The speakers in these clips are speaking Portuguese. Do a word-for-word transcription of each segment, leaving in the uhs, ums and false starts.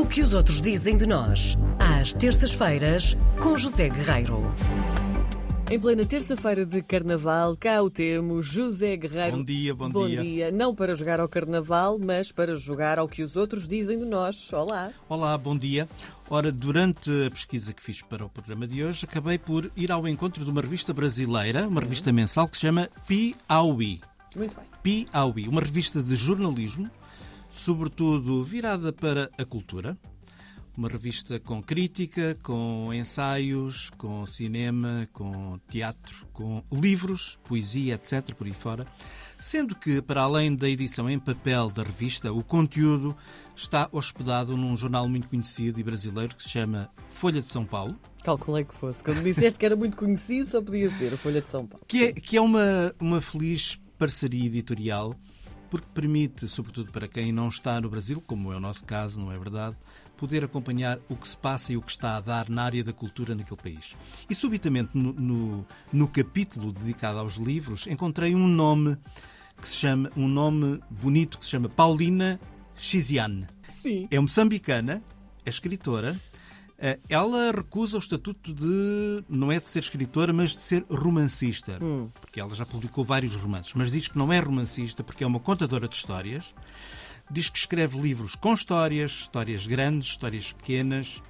O que os outros dizem de nós, às terças-feiras, com José Guerreiro. Em plena terça-feira de Carnaval, cá o temos, José Guerreiro. Bom dia, bom, bom dia. Bom dia. Não para jogar ao Carnaval, mas para jogar ao que os outros dizem de nós. Olá. Olá, bom dia. Ora, durante a pesquisa que fiz para o programa de hoje, acabei por ir ao encontro de uma revista brasileira, uma revista uhum. mensal que se chama Piauí. Muito bem. Piauí, uma revista de jornalismo, sobretudo virada para a cultura. Uma revista com crítica, com ensaios, com cinema, com teatro, com livros, poesia, etcétera, por aí fora. Sendo que, para além da edição em papel da revista, o conteúdo está hospedado num jornal muito conhecido e brasileiro que se chama Folha de São Paulo. Calculei que fosse. Quando disseste que era muito conhecido, só podia ser a Folha de São Paulo. Que é, que é uma, uma feliz parceria editorial, porque permite, sobretudo para quem não está no Brasil, como é o nosso caso, não é verdade, poder acompanhar o que se passa e o que está a dar na área da cultura naquele país. E subitamente, no, no, no capítulo dedicado aos livros, encontrei um nome que se chama, um nome bonito que se chama Paulina Chiziane. Sim. É moçambicana, é escritora. Ela recusa o estatuto de, não é de ser escritora, mas de ser romancista, hum. porque ela já publicou vários romances, mas diz que não é romancista porque é uma contadora de histórias. Diz que escreve livros com histórias, histórias grandes, histórias pequenas,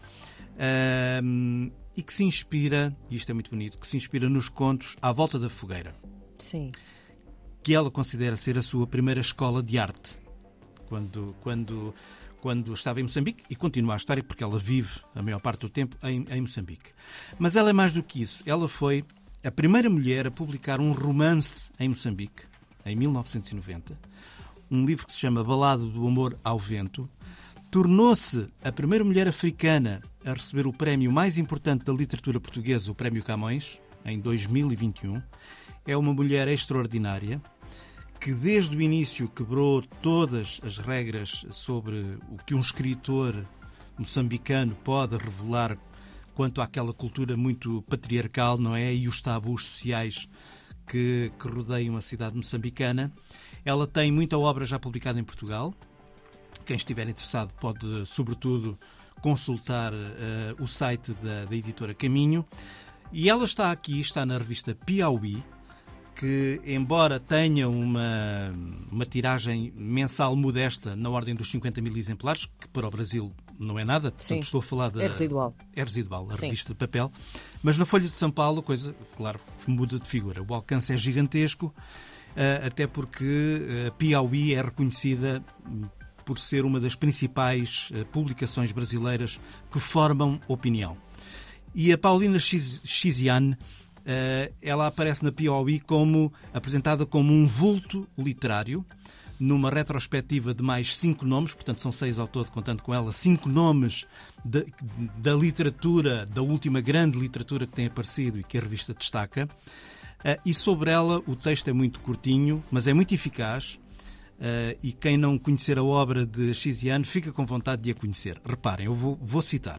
um, e que se inspira, e isto é muito bonito, que se inspira nos contos À Volta da Fogueira. Sim. Que ela considera ser a sua primeira escola de arte. Quando... quando quando estava em Moçambique, e continua a estar, porque ela vive a maior parte do tempo em, em Moçambique. Mas ela é mais do que isso. Ela foi a primeira mulher a publicar um romance em Moçambique, em mil novecentos e noventa, um livro que se chama Balada do Amor ao Vento. Tornou-se a primeira mulher africana a receber o prémio mais importante da literatura portuguesa, o Prémio Camões, em dois mil e vinte e um. É uma mulher extraordinária, que desde o início quebrou todas as regras sobre o que um escritor moçambicano pode revelar quanto àquela cultura muito patriarcal, não é? E os tabus sociais que, que rodeiam a cidade moçambicana. Ela tem muita obra já publicada em Portugal. Quem estiver interessado pode, sobretudo, consultar uh, o site da, da editora Caminho. E ela está aqui, está na revista Piauí, que, embora tenha uma, uma tiragem mensal modesta na ordem dos cinquenta mil exemplares, que para o Brasil não é nada, portanto, Sim. estou a falar da... É residual. É residual, a Sim. revista de papel. Mas na Folha de São Paulo a coisa, claro, muda de figura. O alcance é gigantesco, até porque a Piauí é reconhecida por ser uma das principais publicações brasileiras que formam opinião. E a Paulina Chiziane, Uh, ela aparece na Piauí como, apresentada como um vulto literário, numa retrospectiva de mais cinco nomes, portanto são seis ao todo, contando com ela, cinco nomes de, da literatura, da última grande literatura que tem aparecido e que a revista destaca. Uh, e sobre ela o texto é muito curtinho, mas é muito eficaz, uh, e quem não conhecer a obra de Chiziane fica com vontade de a conhecer. Reparem, eu vou, vou citar.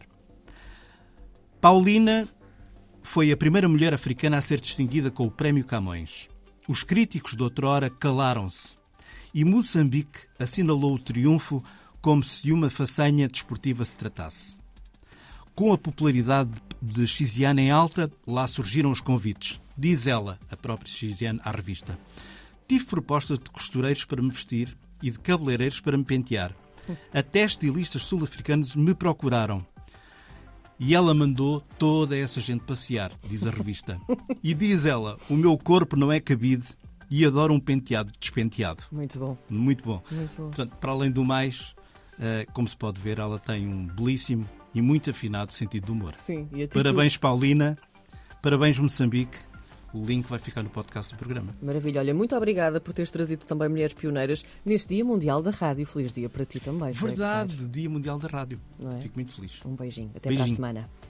Paulina foi a primeira mulher africana a ser distinguida com o Prémio Camões. Os críticos de outrora calaram-se e Moçambique assinalou o triunfo como se uma façanha desportiva se tratasse. Com a popularidade de Chiziane em alta, lá surgiram os convites. Diz ela, a própria Chiziane, à revista: tive propostas de costureiros para me vestir e de cabeleireiros para me pentear. Até estilistas sul-africanos me procuraram. E ela mandou toda essa gente passear, diz a revista. E diz ela: o meu corpo não é cabide e adoro um penteado despenteado. Muito bom. Muito bom. Muito bom. Portanto, para além do mais, como se pode ver, ela tem um belíssimo e muito afinado sentido de humor. Sim, e a ti Parabéns, tudo. Paulina. Parabéns, Moçambique. O link vai ficar no podcast do programa. Maravilha. Olha, muito obrigada por teres trazido também mulheres pioneiras neste Dia Mundial da Rádio. Feliz dia para ti também. Verdade, Dia Mundial da Rádio. Não é? Fico muito feliz. Um beijinho. Até Beijinho. para a semana.